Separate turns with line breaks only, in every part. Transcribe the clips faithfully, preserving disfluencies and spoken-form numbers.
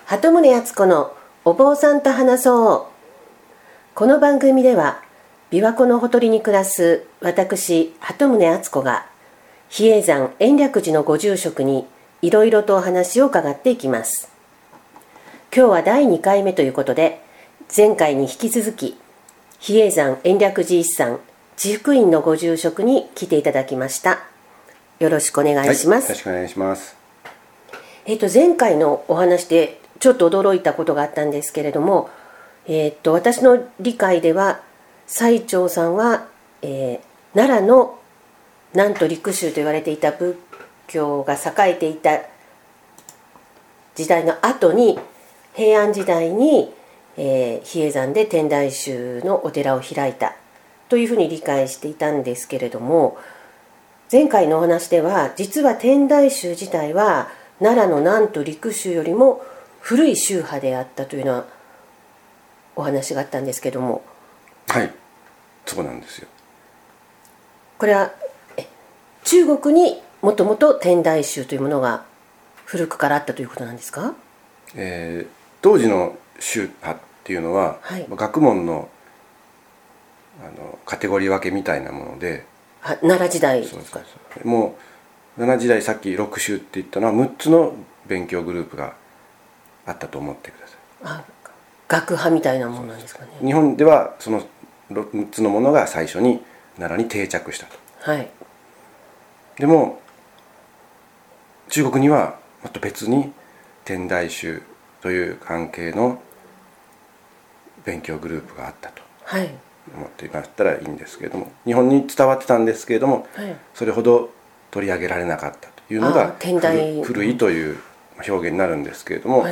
鳩宗敦子のお坊さんと話そう。この番組では琵琶湖のほとりに暮らす私鳩宗敦子が比叡山延暦寺のご住職にいろいろとお話を伺っていきます。今日はだいにかいめということで、前回に引き続き比叡山延暦寺一山智福院のご住職に来ていただきました。よろしくお願いします。
はい、よろしくお願いします。
えっと前回のお話でちょっと驚いたことがあったんですけれども、えっと私の理解では最澄さんは、えー、奈良の南都陸宗と言われていた仏教が栄えていた時代の後に平安時代に、えー、比叡山で天台宗のお寺を開いたというふうに理解していたんですけれども、前回のお話では実は天台宗自体は奈良の南都陸宗よりも古い宗派であったというようなお話があったんですけども。
はい、そうなんですよ。
これはえ中国にもともと天台宗というものが古くからあったということなんですか？
えー、当時の宗派っていうのは、はい、学問の、あのカテゴリー分けみたいなもので、
は奈良時代ですか？そうそう
そう、もう奈良時代、さっきろく宗って言ったのはむっつの勉強グループがあったと思ってください。
あ、学派みたいなものなんですかね。
日本ではそのむっつのものが最初に奈良に定着したと。
はい。
でも中国にはもっと別に天台宗という関係の勉強グループがあったと、はい、思っていましたらいいんですけれども、日本に伝わってたんですけれども、はい、それほど取り上げられなかったというのが
天台
古いという表現になるんですけれども、はい、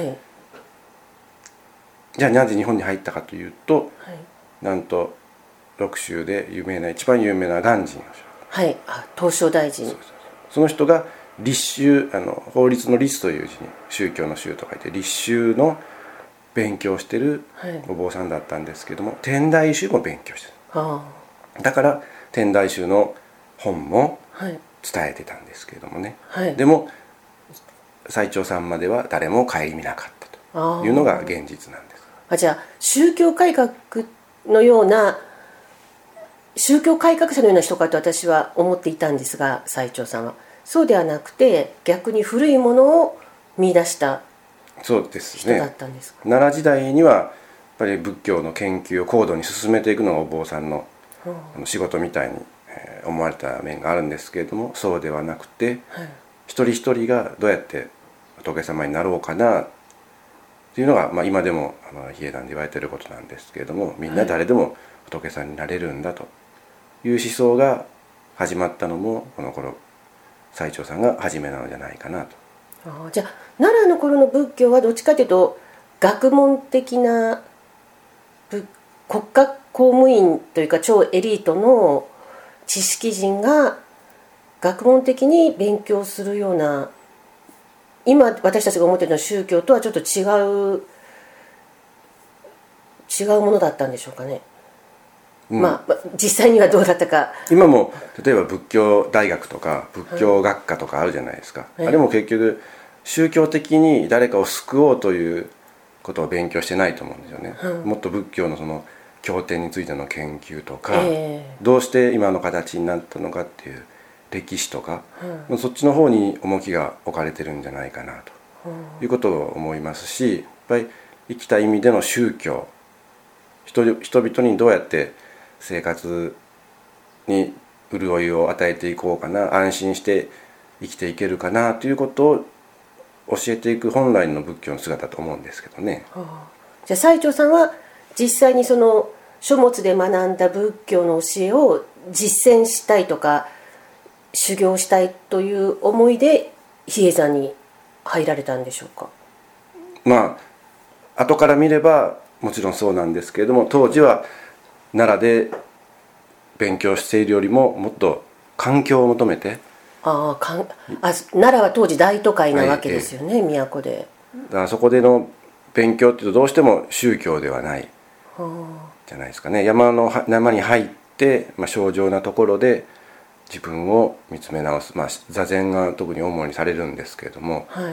じゃあなぜ日本に入ったかというと、はい、なんと六宗で有名な一番有名な鑑真の人、
はい、あ、東照大臣、
そうそうそう、その人が立宗、あの法律の律という字に宗教の宗と書いて立宗の勉強してるお坊さんだったんですけども、はい、天台宗も勉強してる、はあ、だから天台宗の本も伝えてたんですけれどもね、はい、でも最澄さんまでは誰も顧みなかったというのが現実なんです。
あ、じゃあ宗教改革のような宗教改革者のような人かと私は思っていたんですが、最澄さんはそうではなくて逆に古いものを見出した
そうですね、
人だったんですか？
奈良時代にはやっぱり仏教の研究を高度に進めていくのがお坊さんの仕事みたいに思われた面があるんですけれども、そうではなくて、はい、一人一人がどうやって仏様になろうかなっていうのが、まあ、今でもあの比叡山で言われていることなんですけれども、みんな誰でも仏さんになれるんだという思想が始まったのもこの頃最澄さんが初めなのじゃないかなと。
あ、じゃあ奈良の頃の仏教はどっちかというと学問的な国家公務員というか超エリートの知識人が学問的に勉強するような、今私たちが思っているの宗教とはちょっと違う違うものだったんでしょうかね。うん、まあ実際にはどうだったか。
今も例えば仏教大学とか仏教学科とかあるじゃないですか、はい、あれも結局宗教的に誰かを救おうということを勉強してないと思うんですよね、うん、もっと仏教のその経典についての研究とか、えー、どうして今の形になったのかっていう歴史とか、うん、そっちの方に重きが置かれてるんじゃないかなと、うん、いうことを思いますし、やっぱり生きた意味での宗教、人々にどうやって生活に潤いを与えていこうかな、安心して生きていけるかなということを教えていく本来の仏教の姿だと思うんですけどね。
はあ、じゃあ最澄さんは実際にその書物で学んだ仏教の教えを実践したいとか修行したいという思いで比叡山に入られたんでしょうか？
まあ後から見ればもちろんそうなんですけれども、当時は奈良で勉強しているよりももっと環境を求めて、
あかんあ奈良は当時大都会なわけですよね、はい、都で。
だからそこでの勉強っていうとどうしても宗教ではないじゃないですかね。山の山に入って、まあ、清浄なところで自分を見つめ直す、まあ、座禅が特に主にされるんですけれども、はい、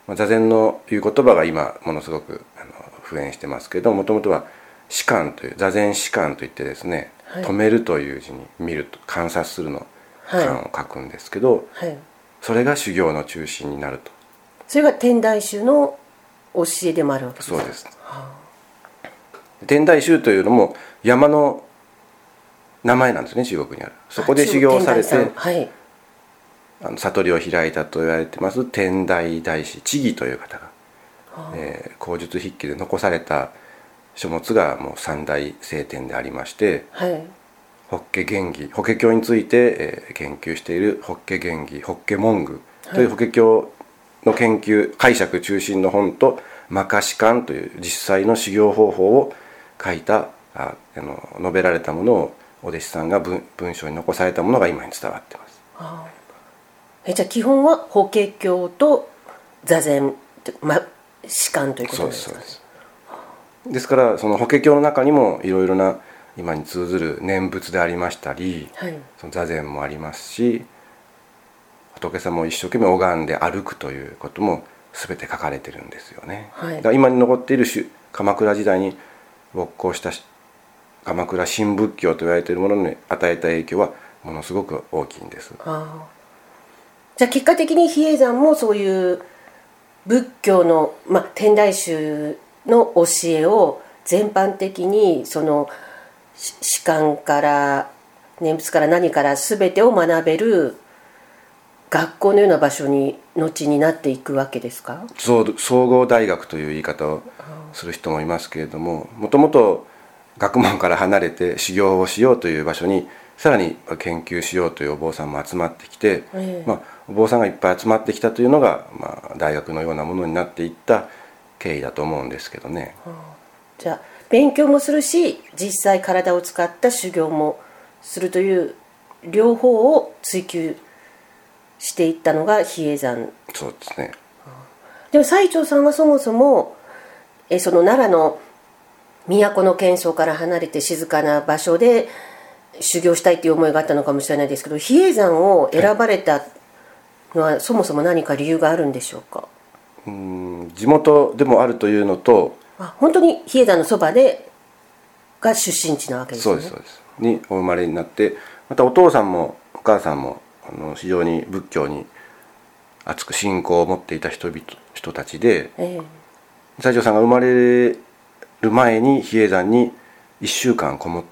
まあ、座禅のいう言葉が今ものすごくあの普遍してますけど、もともとは止観という、座禅止観といってですね、はい、止めるという字に見ると観察するの観を書くんですけど、はいはい、それが修行の中心になると。
それが天台宗の教えでもあるわけですか。
そうです、はあ、天台宗というのも山の名前なんですね、中国にある。そこで修行されて、はい、あの悟りを開いたと言われてます天台大師智義という方が、はあ、えー、口述筆記で残された書物がもう三大聖典でありまして、はい、法華玄義、法華経について、えー、研究している法華玄義法華文具という法華経の研究、はい、解釈中心の本と摩訶止観という実際の修行方法を書いたああの述べられたものをお弟子さんが 文, 文章に残されたものが今に伝わっています。
ああ、えじゃあ基本は法華経と座禅、ま、止観ということですかね。そうです、そうです。
ですからその法華経の中にもいろいろな今に通ずる念仏でありましたり、はい、その座禅もありますし、仏様を一生懸命拝んで歩くということも全て書かれてるんですよね。はい、だから今に残っている鎌倉時代に勃興した鎌倉新仏教と言われているものに与えた影響はものすごく大きいんです。
あ、じゃあ結果的に比叡山もそういう仏教の、まあ、天台宗の教えを全般的にその止観から念仏から何から全てを学べる学校のような場所に後になっていくわけですか。
そう総合大学という言い方をする人もいますけれども、もともと学問から離れて修行をしようという場所にさらに研究しようというお坊さんも集まってきて、えーまあ、お坊さんがいっぱい集まってきたというのが、まあ、大学のようなものになっていった経緯だと思うんですけどね。
はあ、じゃあ勉強もするし実際体を使った修行もするという両方を追求していったのが比叡山。
そうですね。
はあ、でも最澄さんはそもそもえその奈良の都の喧騒から離れて静かな場所で修行したいという思いがあったのかもしれないですけど、比叡山を選ばれたのはそもそも何か理由があるんでしょうか。
うーん、地元でもあるというのと、
あ、本当に比叡山のそばでが出身地なわけですね。
そうですそうです。にお生まれになって、またお父さんもお母さんもあの非常に仏教に熱く信仰を持っていた人々人たちで、えー、西条さんが生まれる前に比叡山にいっしゅうかんこもって、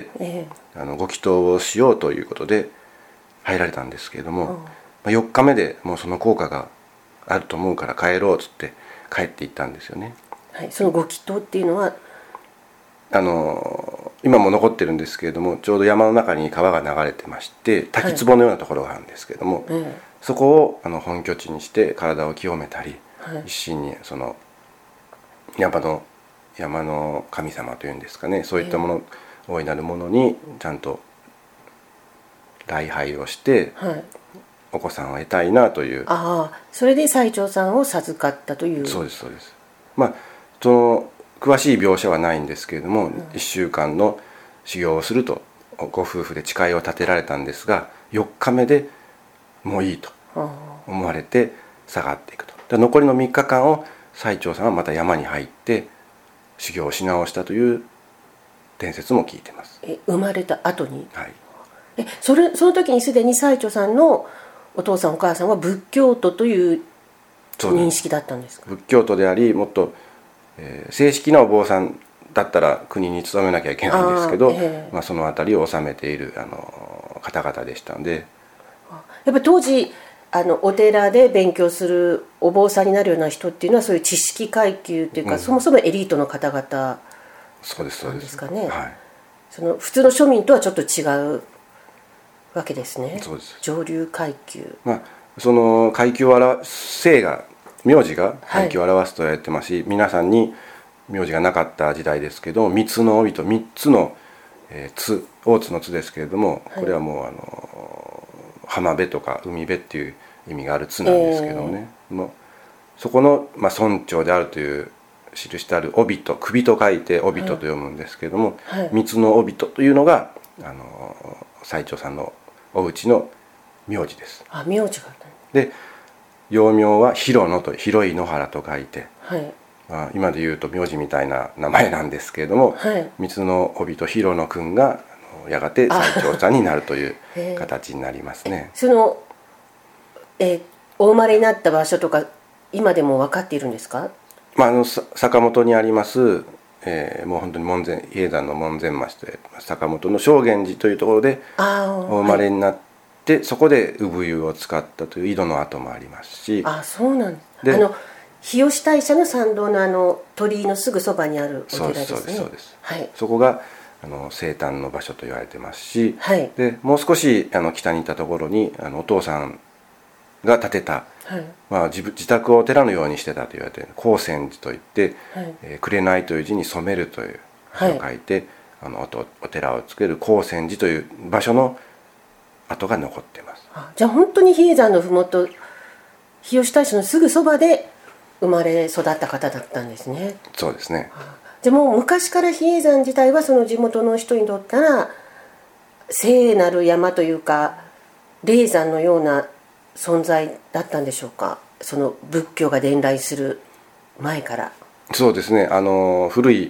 えー、あのご祈祷をしようということで入られたんですけれども、まあ、よっかめでもうその効果があると思うから帰ろうっつって帰っていったんですよね。
はい、そのご祈祷っていうのは
あの今も残ってるんですけれども、ちょうど山の中に川が流れてまして滝壺のようなところがあるんですけれども、はい、そこをあの本拠地にして体を清めたり、はい、一心にその山の山の神様というんですかね、そういったもの、えー、大いなるものにちゃんと礼拝をして、はい、お子さんを得たいなという。
ああ、それで最澄さんを授かったという。
そうですそうです。まあその詳しい描写はないんですけれども、うん、いっしゅうかんの修行をするとご夫婦で誓いを立てられたんですが、よっかめでもういいと思われて下がっていくと。で残りのみっかかんを最澄さんはまた山に入って修行をし直したという伝説も聞いてます。
え生まれた後に、
はい、
え そ, れその時にすでに最澄さんのお父さんお母さんは仏教徒という認識だったんですか。
仏教徒であり、もっと、えー、正式なお坊さんだったら国に勤めなきゃいけないんですけど、えーまあ、その辺りを治めているあの方々でしたんで、
やっぱり当時あのお寺で勉強するお坊さんになるような人っていうのはそういう知識階級というか、うん、そもそもエリートの方々なんですかね。はい、その普通の庶民とはちょっと違うわけですね。
そうです。
上流階級、
まあ、その階級を表す姓が名字が階級を表すと言われてますし、はい、皆さんに名字がなかった時代ですけど、三つの帯と三つの、えー、津大津の津ですけれども、これはもうあの浜辺とか海辺っていう意味がある津なんですけどもね、えー、もうそこの、まあ、村長であるという記してある帯と、首と書いて帯とと読むんですけれども、はいはい、三つの帯とというのがあの最澄さんのお家の名字です。
あ、名字があった。
で幼名は広野と広い野原と書いて、
はい、
まあ、今で言うと名字みたいな名前なんですけれども、はい、三つの帯と広野くんがやがて最長さんになるという形になりますね。
その、えー、お生まれになった場所とか今でも分かっているんですか？
まあ、あの坂本にあります、えー、もう本当に門前比叡山の門前町で坂本の正源寺というところでお生まれになって、はい、そこで産湯を使ったという井戸の跡もありますし。
あ、そうなんです。あの日吉大社の参道のあの鳥居のすぐそばにあるお寺ですね。
そうですそうです、
はい、
そこがあの生誕の場所と言われてますし、
はい、
でもう少しあの北に行ったところにあのお父さんが建てた、はい、まあ、自, 自宅を寺のようにしてたと言われている光泉寺といって、はい、えー、紅という字に染めるという字を書いて、はい、あの お, お寺を作る光泉寺という場所の跡が残っています。
あ、じゃあ本当に比叡山のふもと日吉大社のすぐそばで生まれ育った方だったんですね。
そうですね。
でも昔から比叡山自体はその地元の人にとったら聖なる山というか霊山のような存在だったんでしょうか？その仏教が伝来する前から。
そうですね。あの古い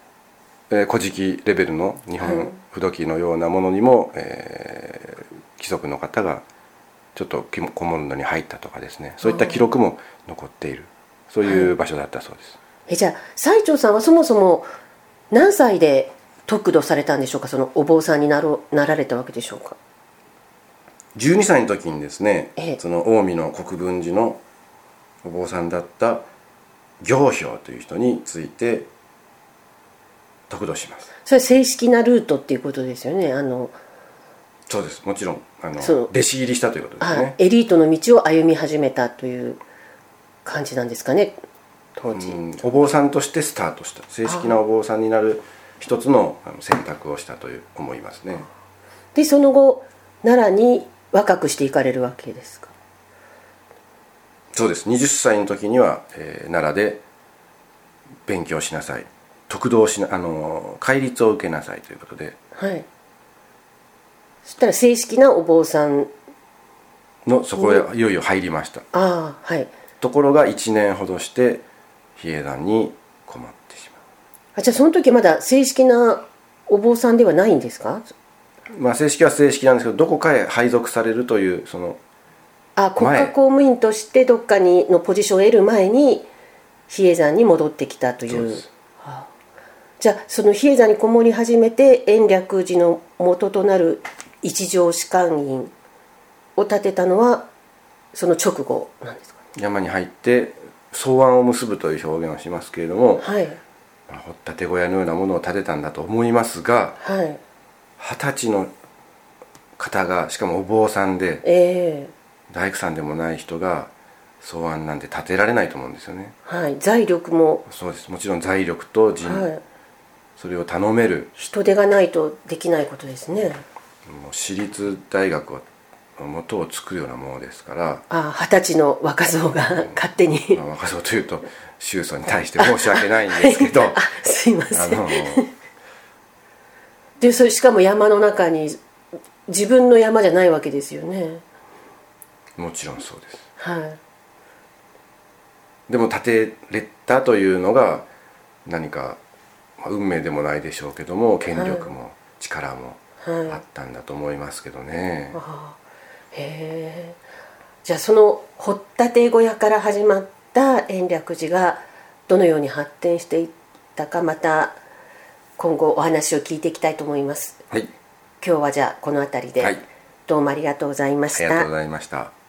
「古事記」レベルの日本不土記のようなものにも、えー、貴族の方がちょっと古門戸に入ったとかですね、そういった記録も残っている、そういう場所だったそうです。はい、
えじゃあ最澄さんはそもそも何歳で得度されたんでしょうか？そのお坊さんになろなられたわけでしょうか？
じゅうにさいの時にですね、
ええ、
その近江の国分寺のお坊さんだった行兵という人について得度します。
それは正式なルートっていうことですよね。あの
そうです、もちろんあの弟子入りしたということですね。
エリートの道を歩み始めたという感じなんですかね、当時。
うん、お坊さんとしてスタートした、正式なお坊さんになる一つの選択をしたという思いますね。
でその後奈良に若くしていかれるわけですか？
そうです。はたちの時には、えー、奈良で勉強しなさい、得度をしなあの戒律を受けなさいということで、
はい、そしたら正式なお坊さん
のそこへいよいよ入りました。
あ、はい、
ところがいちねんほどして比叡山にこもってしまう。
あ、じゃあその時まだ正式なお坊さんではないんですか？
まあ、正式は正式なんですけど、どこかへ配属されるというその
あ、国家公務員としてどっかにのポジションを得る前に比叡山に戻ってきたという。そうです。はあ、じゃあその比叡山にこもり始めて延暦寺の元となる一条士官院を建てたのはその直後なんですか？
山に入って草案を結ぶという表現をしますけれども、
はい、
まあ、掘ったて小屋のようなものを建てたんだと思いますが、
はい、
二十歳の方がしかもお坊さんで、
え
ー、大工さんでもない人が草案なんて建てられないと思うんですよね。
はい、財力も。
そうです。もちろん財力と人、はい、それを頼める
人手がないとできないことですね。
もう私立大学は元を作るようなものですから。
あ、二十歳の若造が勝手に、
まあ、若造というと宗祖に対して申し訳ないんですけど、はい、
あ、すいません。あのでそれしかも山の中に自分の山じゃないわけですよね。
もちろんそうです。
はい。
でも建てれたというのが何か、まあ、運命でもないでしょうけども、権力も力もあったんだと思いますけどね。
はい、あ、へえ。じゃあその掘ったて小屋から始まった延暦寺がどのように発展していったか、また今後お話を聞いていきたいと思います。
はい。
今日はじゃあこの辺りで、はい、どうもありがとうございました。
ありがとうございました。